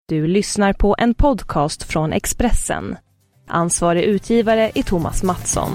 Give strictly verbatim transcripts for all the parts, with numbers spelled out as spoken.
Du lyssnar på en podcast från Expressen. Ansvarig utgivare är Thomas Mattsson.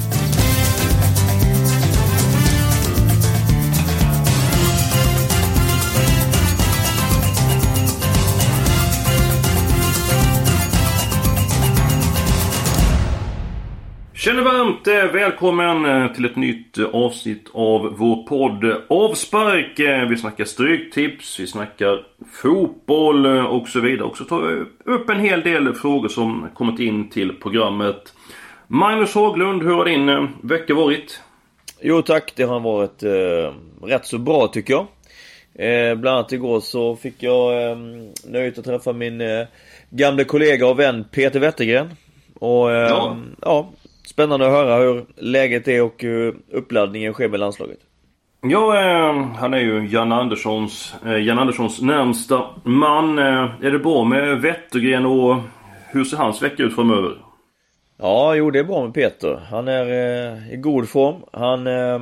Känner varmt välkommen till ett nytt avsnitt av vår podd Avspark. Vi snackar stryktips, vi snackar fotboll och så vidare. Och så tar vi upp en hel del frågor som kommit in till programmet. Magnus Haglund, hur har din vecka varit? Jo tack, det har varit eh, rätt så bra tycker jag. Eh, bland annat igår så fick jag eh, nöjet att träffa min eh, gamla kollega och vän Peter Wettergren. Och eh, ja. ja Spännande att höra hur läget är och hur uppladdningen sker med landslaget. Ja, eh, han är ju Jan Anderssons, eh, Jan Anderssons närmsta man. Eh, är det bra med Wettergren och hur ser hans vecka ut framöver? Ja, jo det är bra med Peter. Han är eh, i god form. Han, eh,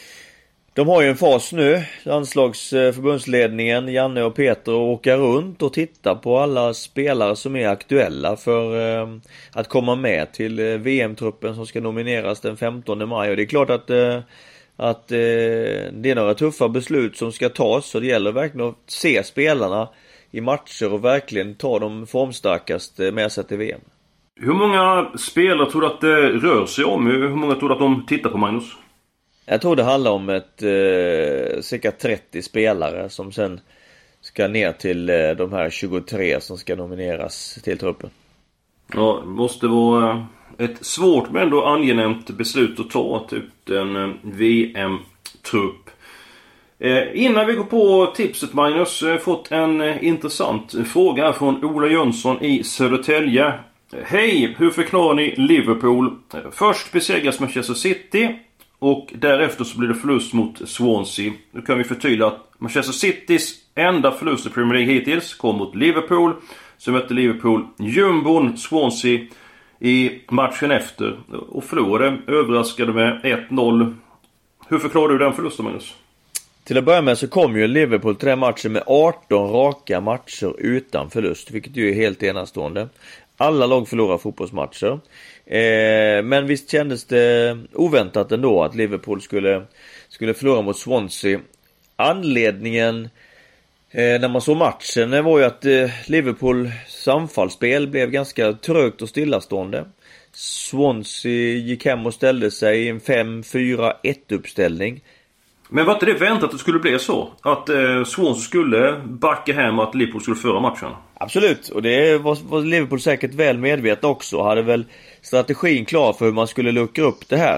de har ju en fas nu, landslagsförbundsledningen, Janne och Peter, åka runt och titta på alla spelare som är aktuella för eh, att komma med till eh, V M-truppen som ska nomineras den femtonde maj. Och det är klart att, eh, att eh, det är några tuffa beslut som ska tas, så det gäller verkligen att se spelarna i matcher och verkligen ta de formstarkaste med sig till V M. Hur många spelare tror du att det rör sig om? Hur många tror du att de tittar på, Magnus? Jag tror det handlar om ett eh, cirka trettio spelare som sen ska ner till eh, de här tjugotre som ska nomineras till truppen. Ja, det måste vara ett svårt men ändå angenämt beslut att ta typ en V M-trupp. Eh, innan vi går på tipset, Magnus, har fått en eh, intressant fråga från Ola Jönsson i Södertälje. Hej, hur förklarar ni Liverpool? Först besegras Manchester City och därefter så blir det förlust mot Swansea. Nu kan vi förtydliga att Manchester Citys enda förlust i Premier League hittills kom mot Liverpool. Så mötte Liverpool jumbon Swansea i matchen efter och förlorade, överraskade med ett noll. Hur förklarar du den förlusten, Magnus? Till att börja med så kom ju Liverpool till den matchen med arton raka matcher utan förlust, vilket ju är helt enastående. Alla lag förlorar fotbollsmatcher. Eh, men visst kändes det oväntat ändå att Liverpool skulle, skulle förlora mot Swansea. Anledningen eh, när man såg matchen var ju att eh, Liverpools anfallsspel blev ganska trögt och stillastående. Swansea gick hem och ställde sig i en fem fyra ett uppställning. Men var inte det väntat att det skulle bli så? Att eh, Swansea skulle backa hem och att Liverpool skulle föra matchen? Absolut, och det var, var Liverpool säkert väl medvetna också. Hade väl strategin klar för hur man skulle luckra upp det här.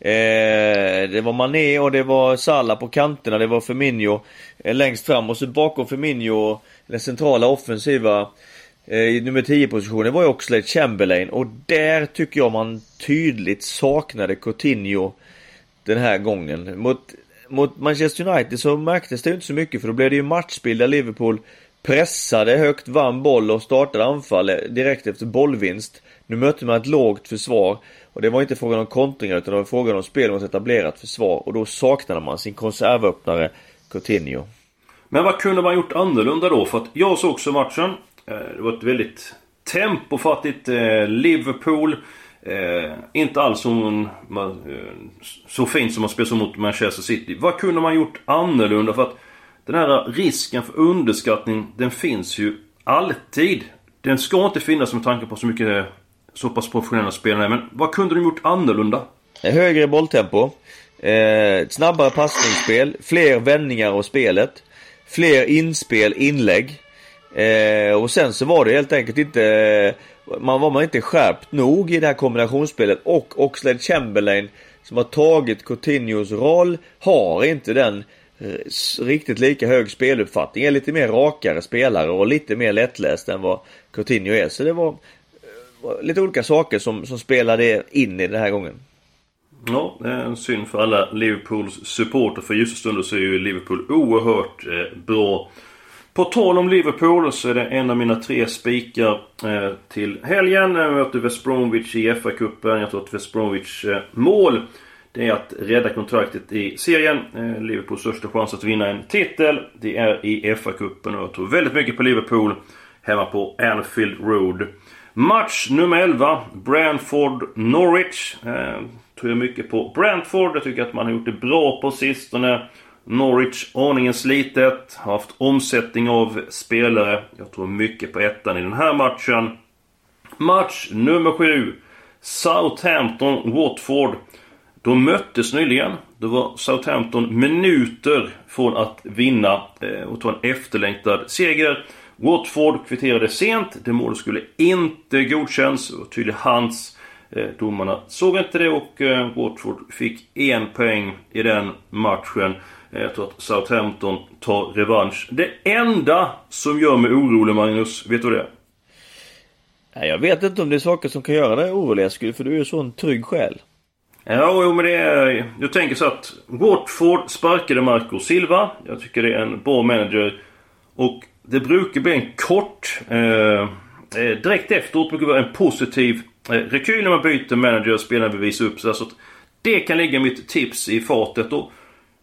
Eh, det var Mané och det var Salah på kanterna, det var Firmino eh, längst fram. Och så bakom Firmino, den centrala offensiva eh, i nummer tio-positionen var ju Oxlade-Chamberlain. Och där tycker jag man tydligt saknade Coutinho den här gången. Mot Mot Manchester United så märktes det inte så mycket, för då blev det ju matchspel där Liverpool pressade högt, vann boll och startade anfall direkt efter bollvinst. Nu mötte man ett lågt försvar och det var inte frågan om kontringar utan det var frågan om spel mot ett etablerat försvar, och då saknade man sin konservöppnare Coutinho. Men vad kunde man gjort annorlunda då? För att jag såg också matchen, det var ett väldigt tempofattigt Liverpool. Eh, inte alls som man, eh, så fint som man spelar mot Manchester City. Vad kunde man gjort annorlunda? För att den här risken för underskattning, den finns ju alltid. Den ska inte finnas med tanke på så mycket så pass professionella spelare. Men vad kunde de gjort annorlunda? Högre bolltempo, eh, snabbare passningsspel, fler vändningar av spelet, fler inspel, inlägg. Eh, och sen så var det helt enkelt inte... Man var man inte skärpt nog i det här kombinationsspelet, och Oxlade-Chamberlain som har tagit Coutinhos roll har inte den eh, riktigt lika hög speluppfattning. Är lite mer rakare spelare och lite mer lättläst än vad Coutinho är. Så det var, var lite olika saker som, som spelade in i den här gången. Ja, det är en synd för alla Liverpools supporter, för just stunder så är ju Liverpool oerhört eh, bra. På tal om Liverpool så är det en av mina tre spikar eh, till helgen. Jag möter West Bromwich i F A-cupen. Jag tror att West Bromwich eh, mål, det är att rädda kontraktet i serien. Eh, Liverpools största chans att vinna en titel, det är i F A-cupen. Och jag tror väldigt mycket på Liverpool. hemma på Anfield Road. Match nummer elva, Brentford-Norwich. Eh, tror jag mycket på Brentford. Jag tycker att man har gjort det bra på sistone. Norwich aningen slitet, har haft omsättning av spelare. Jag tror mycket på ettan i den här matchen. Match nummer sju, Southampton-Watford. De möttes nyligen. Då var Southampton minuter från att vinna eh, och ta en efterlängtad seger. Watford kvitterade sent. Det målet skulle inte godkänns. Och tydlig hands. Eh, domarna såg inte det och eh, Watford fick en poäng i den matchen. Eh, jag tror att Southampton tar revansch. Det enda som gör mig orolig, Magnus, vet du det? Jag vet inte om det är saker som kan göra dig orolig, för du är ju så en trygg själ. Ja, jo, men det är... Jag tänker så att Watford sparkade Marco Silva. Jag tycker det är en bra manager. Och det brukar bli en kort... Eh, direkt efteråt brukar det vara en positiv eh, rekyl när man byter manager och spelarna bevisar upp sig. Så att det kan ligga mitt tips i fatet. Och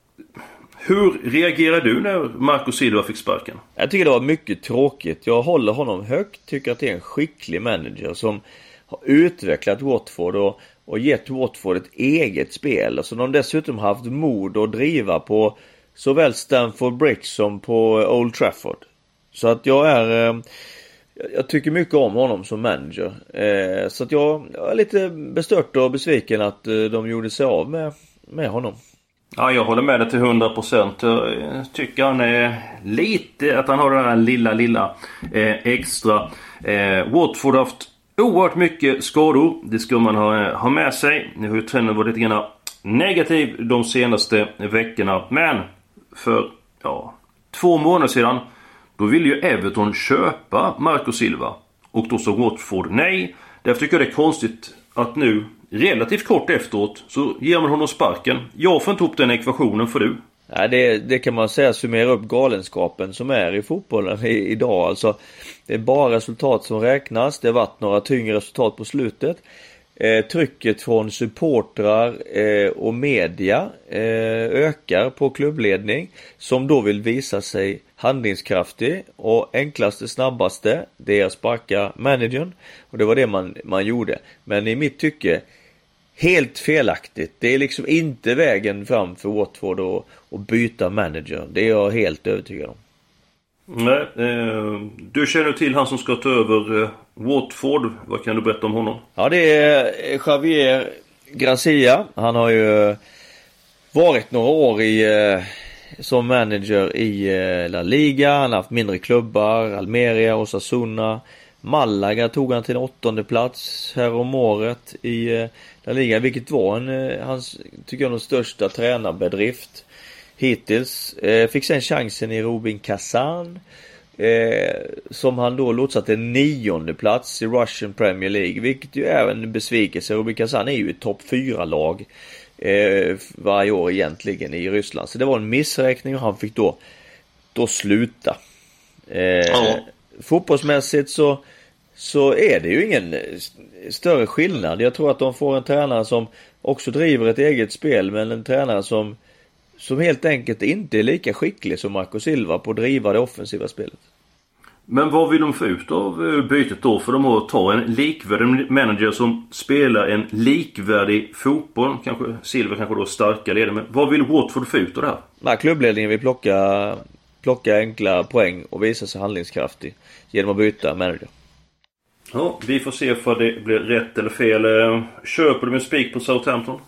hur reagerar du när Marco Silva fick sparken? Jag tycker det var mycket tråkigt. Jag håller honom högt. Tycker att det är en skicklig manager som har utvecklat Watford och, och gett Watford ett eget spel. Alltså de dessutom haft mod att driva på såväl Stamford Bridge som på Old Trafford. Så att jag är... Eh, jag tycker mycket om honom som manager. Eh, så att jag, jag är lite bestört och besviken att eh, de gjorde sig av med, med honom. Ja, jag håller med dig till hundra procent. Jag tycker han är lite... Att han har den här lilla, lilla eh, extra. Eh, Watford har haft oerhört mycket skador. Det ska man ha, ha med sig. Nu har ju trenden varit lite grann negativ de senaste veckorna. Men för ja, två månader sedan då ville ju Everton köpa Marco Silva. Och då sa Watford nej. Därför tycker jag det är konstigt att nu relativt kort efteråt så ger man honom sparken. Jag får inte ihop den ekvationen, för du. Ja, det, det kan man säga summerar upp galenskapen som är i fotbollen i, idag. Alltså, det är bara resultat som räknas. Det har varit några tyngre resultat på slutet. Eh, trycket från supportrar eh, och media eh, ökar på klubbledning som då vill visa sig handlingskraftig, och enklaste, snabbaste det är att sparka managern, och det var det man, man gjorde. Men i mitt tycke helt felaktigt. Det är liksom inte vägen fram för Watford att, att byta manager. Det är jag helt övertygad om. Nej, eh, du känner till han som ska ta över eh, Watford. Vad kan du berätta om honom? Ja, det är Javier Gracia. Han har ju varit några år i, eh, som manager i eh, La Liga. Han har haft mindre klubbar, Almeria, Osasuna, Malaga tog han till en åttonde plats här om året i eh, La Liga, vilket var en, eh, hans, tycker jag, den största tränarbedrift hittills. Eh, fick sen chansen i Rubin Kazan eh, som han då lotsat till nionde plats i Russian Premier League, vilket ju är en besvikelse. Rubin Kazan är ju ett topp fyra lag eh, varje år egentligen i Ryssland, så det var en missräkning och han fick då då sluta. Eh, ja. Fotbollsmässigt så så är det ju ingen större skillnad. Jag tror att de får en tränare som också driver ett eget spel, men en tränare som som helt enkelt inte är lika skicklig som Marco Silva på att driva det offensiva spelet. Men vad vill de få ut av bytet då? För de har att ta en likvärdig manager som spelar en likvärdig fotboll. Kanske Silva kanske då starka ledare. Men vad vill Watford få ut av det här? Nej, klubbledningen vill plocka, plocka enkla poäng och visa sig handlingskraftig genom att byta manager. Ja, vi får se för det blir rätt eller fel. Köper du med spik på Southampton?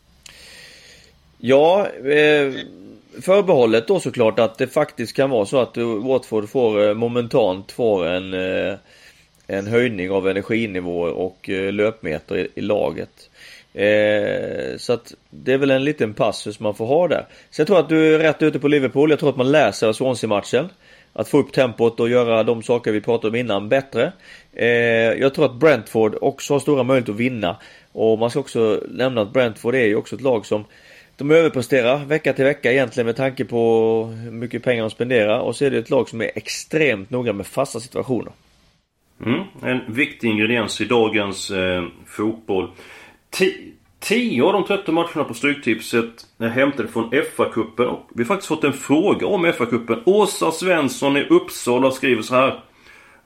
Ja, eh, förbehållet då såklart att det faktiskt kan vara så att Watford får momentant får en, eh, en höjning av energinivå och eh, löpmeter i, i laget. Eh, så att det är väl en liten passus man får ha där. Så jag tror att du är rätt ute på Liverpool. Jag tror att man läser Swansea-matchen. Att få upp tempot och göra de saker vi pratade om innan bättre. Eh, jag tror att Brentford också har stora möjligheter att vinna. Och man ska också nämna att Brentford är ju också ett lag som de överpresterar vecka till vecka egentligen med tanke på hur mycket pengar de spenderar. Och så är det ett lag som är extremt noga med fasta situationer. Mm, en viktig ingrediens i dagens eh, fotboll. T- tio av de tretton matcherna på Stryktipset är hämtade från F A-cupen. Och vi har faktiskt fått en fråga om F A-cupen. Åsa Svensson i Uppsala skriver så här: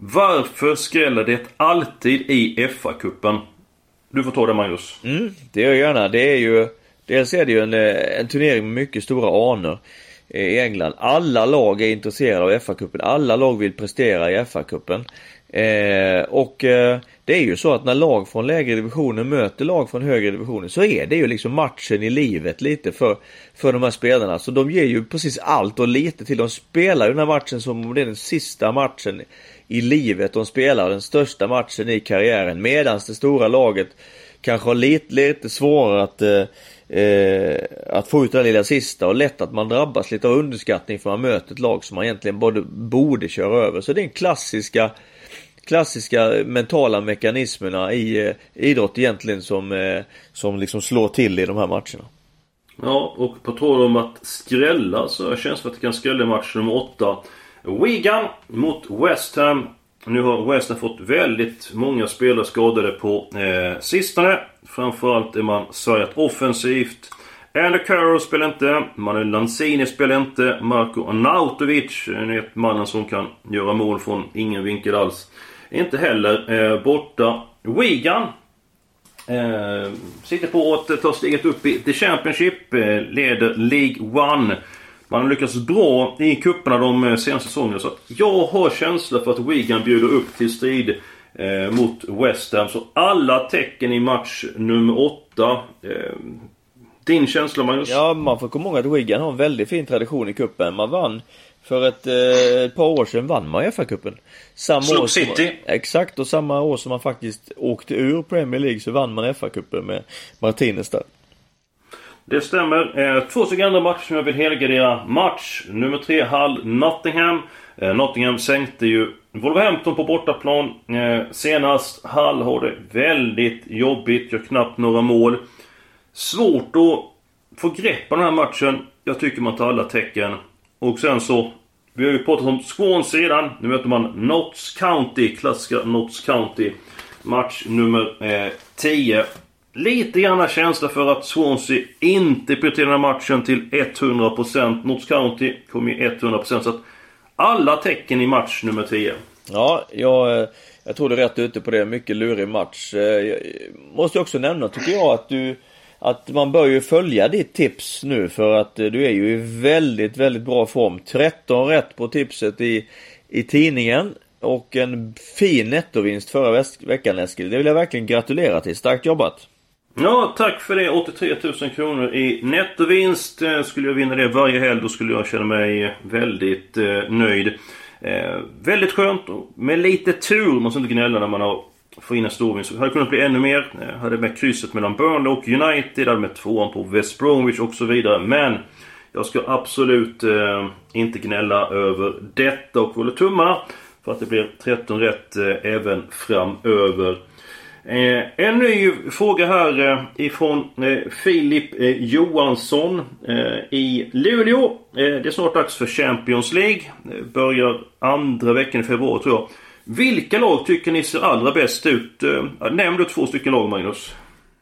Varför skräller det alltid i F A-cupen? Du får ta det, Magnus. Mm, det gör jag gärna. Det är ju, dels är det ju en, en turnering med mycket stora anor i England. Alla lag är intresserade av F A-cupen. Alla lag vill prestera i F A-cupen. Eh, och eh, det är ju så att när lag från lägre divisioner möter lag från högre divisioner, så är det ju liksom matchen i livet lite för, för de här spelarna. Så de ger ju precis allt och lite till. De spelar ju den här matchen som om det är den sista matchen i livet. De spelar den största matchen i karriären, medan det stora laget kanske har lite, lite svårare att eh, Eh, att få ut den lilla sista, och lätt att man drabbas lite av underskattning för man möter ett lag som man egentligen både borde köra över. Så det är en klassiska klassiska mentala mekanismerna i eh, idrott egentligen som, eh, som liksom slår till i de här matcherna. Ja, och på tal om att skrälla, så känns det att det kan skrälla match nummer åtta. Wigan mot West Ham. Nu har West Ham fått väldigt många spelare skadade på eh, sistone. Framförallt är man svajat offensivt. Andy Carroll spelar inte, Manuel Lanzini spelar inte, Marko Arnautovic, ni vet, mannen som kan göra mål från ingen vinkel alls, inte heller eh, borta. Wigan eh, sitter på att ta steget upp i The Championship, eh, leder League One. Man har lyckats bra i kupperna de senaste säsongerna, så jag har känsla för att Wigan bjuder upp till strid eh, mot West Ham. Så alla tecken i match nummer åtta. Eh, din känsla, Magnus? Ja, man får komma ihåg att Wigan har en väldigt fin tradition i kuppen. Man vann för ett, eh, ett par år sedan vann man i F A-cupen. Samma år City. Man, exakt, och samma år som man faktiskt åkte ur Premier League så vann man F A-cupen med Martinez där. Det stämmer. Eh, två stycken andra matcher som jag vill helgardera. Match nummer tre, Hull Nottingham. Eh, Nottingham sänkte ju Wolverhampton på bortaplan eh, senast. Hull har det väldigt jobbigt, gör knappt några mål. Svårt att få grepp på den här matchen. Jag tycker man tar alla tecken. Och sen så, vi har ju pratat om Swansea sedan. Nu möter man Notts County, klassiska Notts County. Match nummer eh, tio. Lite grann känsla för att Swansea inte prioriterar den här matchen till hundra procent. Notts County kommer ju hundra procent. Så att alla tecken i match nummer tio. Ja, jag, jag tror du är rätt ute på det. Mycket lurig match. Jag måste också nämna, tycker jag, att du att man bör ju följa ditt tips nu, för att du är ju i väldigt, väldigt bra form. tretton rätt på tipset i, i tidningen och en fin nettovinst förra veckan, Eskil. Det vill jag verkligen gratulera till. Starkt jobbat. Ja, tack för det. åttiotre tusen kronor i nettovinst. Skulle jag vinna det varje helg, då skulle jag känna mig väldigt eh, nöjd. Eh, väldigt skönt, och med lite tur, man måste inte gnälla när man har få in en stor vinst. Det hade kunnat bli ännu mer. Jag hade med krysset mellan Burnley och United, hade med tvåan på West Bromwich och så vidare. Men jag ska absolut eh, inte gnälla över detta, och hålla tummarna för att det blir tretton rätt eh, även framöver. Eh, en ny fråga här eh, ifrån eh, Filip eh, Johansson eh, i Luleå. Eh, det är snart dags för Champions League. Eh, börjar andra veckan i februari, tror jag. Vilka lag tycker ni ser allra bäst ut? Eh, nämn du två stycken lag, Magnus.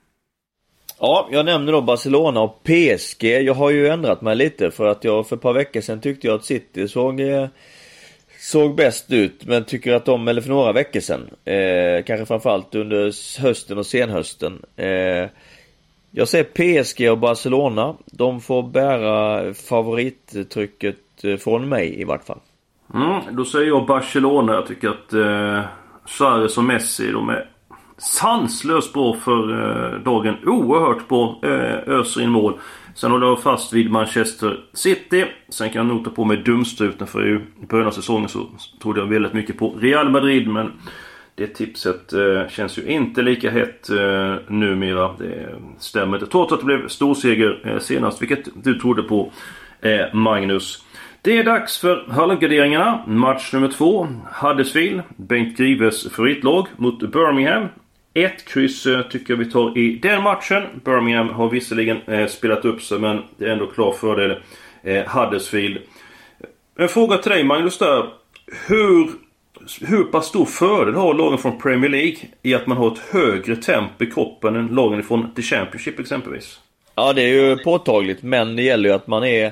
Ja, jag nämner då Barcelona och P S G. Jag har ju ändrat mig lite, för att jag för ett par veckor sedan tyckte jag att City såg... Eh, såg bäst ut, men tycker att de, eller för några veckor sedan, eh, kanske framförallt under hösten och senhösten, eh, jag säger P S G och Barcelona, de får bära favorittrycket från mig i vart fall. Mm, då säger jag Barcelona. Jag tycker att eh, Suarez och Messi, de är sanslöst bra för eh, dagen, oerhört bra, eh, öser in mål. Sen håller jag fast vid Manchester City. Sen kan jag nota på med dumstruten, för i början av säsongen så trodde jag väldigt mycket på Real Madrid, men det tipset eh, känns ju inte lika hett eh, numera. Det stämmer inte, trots att det blev storseger eh, senast, vilket du trodde på, eh, Magnus. Det är dags för halvgarderingarna. Match nummer två, Huddersfield, Bengt Grives favoritlag, mot Birmingham. Ett kryss tycker jag vi tar i den matchen. Birmingham har visserligen eh, spelat upp sig, men det är ändå klar fördel eh, Huddersfield. En fråga till dig, Magnus, där. Hur, hur pass stor fördel har lagen från Premier League i att man har ett högre tempo i kroppen än lagen från The Championship exempelvis? Ja, det är ju påtagligt, men det gäller ju att man är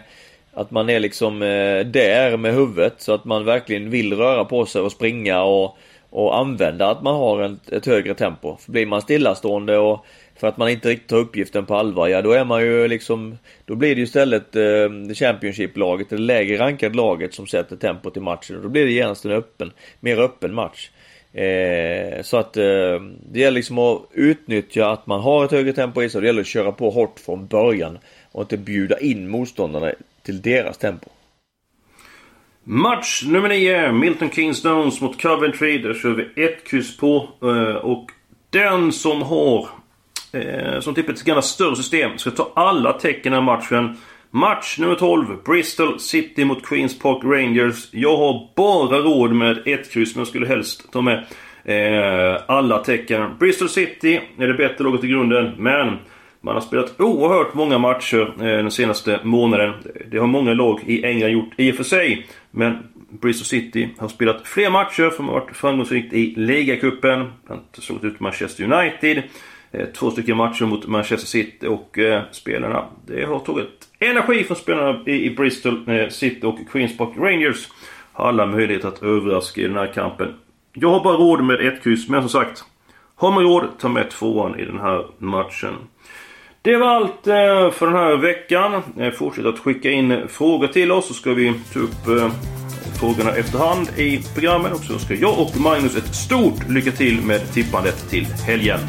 Att man är liksom eh, där med huvudet, så att man verkligen vill röra på sig och springa och, och använda att man har en, ett högre tempo. För blir man stillastående och för att man inte riktigt tar uppgiften på allvar, ja då är man ju liksom, då blir det ju istället eh, Championship-laget, det lägre rankade laget som sätter tempot i matchen, och då blir det genast en öppen, mer öppen match. Eh, så att eh, det gäller liksom att utnyttja att man har ett högre tempo i sig, och det gäller att köra på hårt från början och inte bjuda in motståndarna till deras tempo. Match nummer nio, Milton Keynes Dons mot Coventry. Där kör vi ett kryss på, och den som har eh, som typ ett ganska större system ska ta alla tecken i matchen. Match nummer tolv, Bristol City mot Queens Park Rangers. Jag har bara råd med ett kryss, men skulle helst ta med eh, alla tecken. Bristol City är det bättre laget i grunden, men man har spelat oerhört många matcher eh, den senaste månaden. Det har många lag i England gjort i och för sig, men Bristol City har spelat fler matcher som har varit framgångsrikt i ligacupen. Bland annat slagit ut Manchester United. Eh, två stycken matcher mot Manchester City, och eh, spelarna, det har tagit energi från spelarna i, i Bristol eh, City, och Queens Park Rangers har alla möjligheter att överraska i den här kampen. Jag har bara råd med ett kryss, men som sagt, har man råd, ta med tvåan i den här matchen. Det var allt för den här veckan. Fortsätt att skicka in frågor till oss, så ska vi ta upp frågorna efterhand i programmen. Och så ska jag och Magnus ett stort lycka till med tippandet till helgen.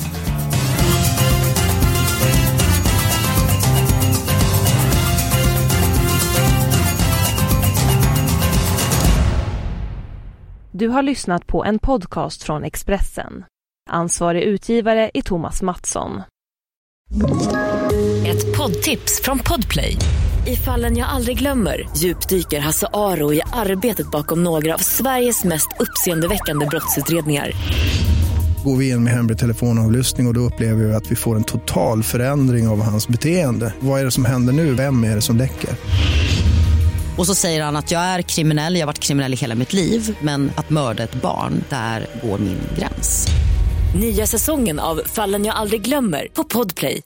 Du har lyssnat på en podcast från Expressen. Ansvarig utgivare är Thomas Mattsson. Ett poddtips från Podplay. I Fallen jag aldrig glömmer djupdyker Hasse Aro i arbetet bakom några av Sveriges mest uppseendeväckande brottsutredningar. Går vi in med hemlig telefonavlyssning, och då upplever vi att vi får en total förändring av hans beteende. Vad är det som händer nu? Vem är det som läcker? Och så säger han att jag är kriminell, jag har varit kriminell i hela mitt liv, men att mörda ett barn, där går min gräns. Nya säsongen av Fallen jag aldrig glömmer på Podplay.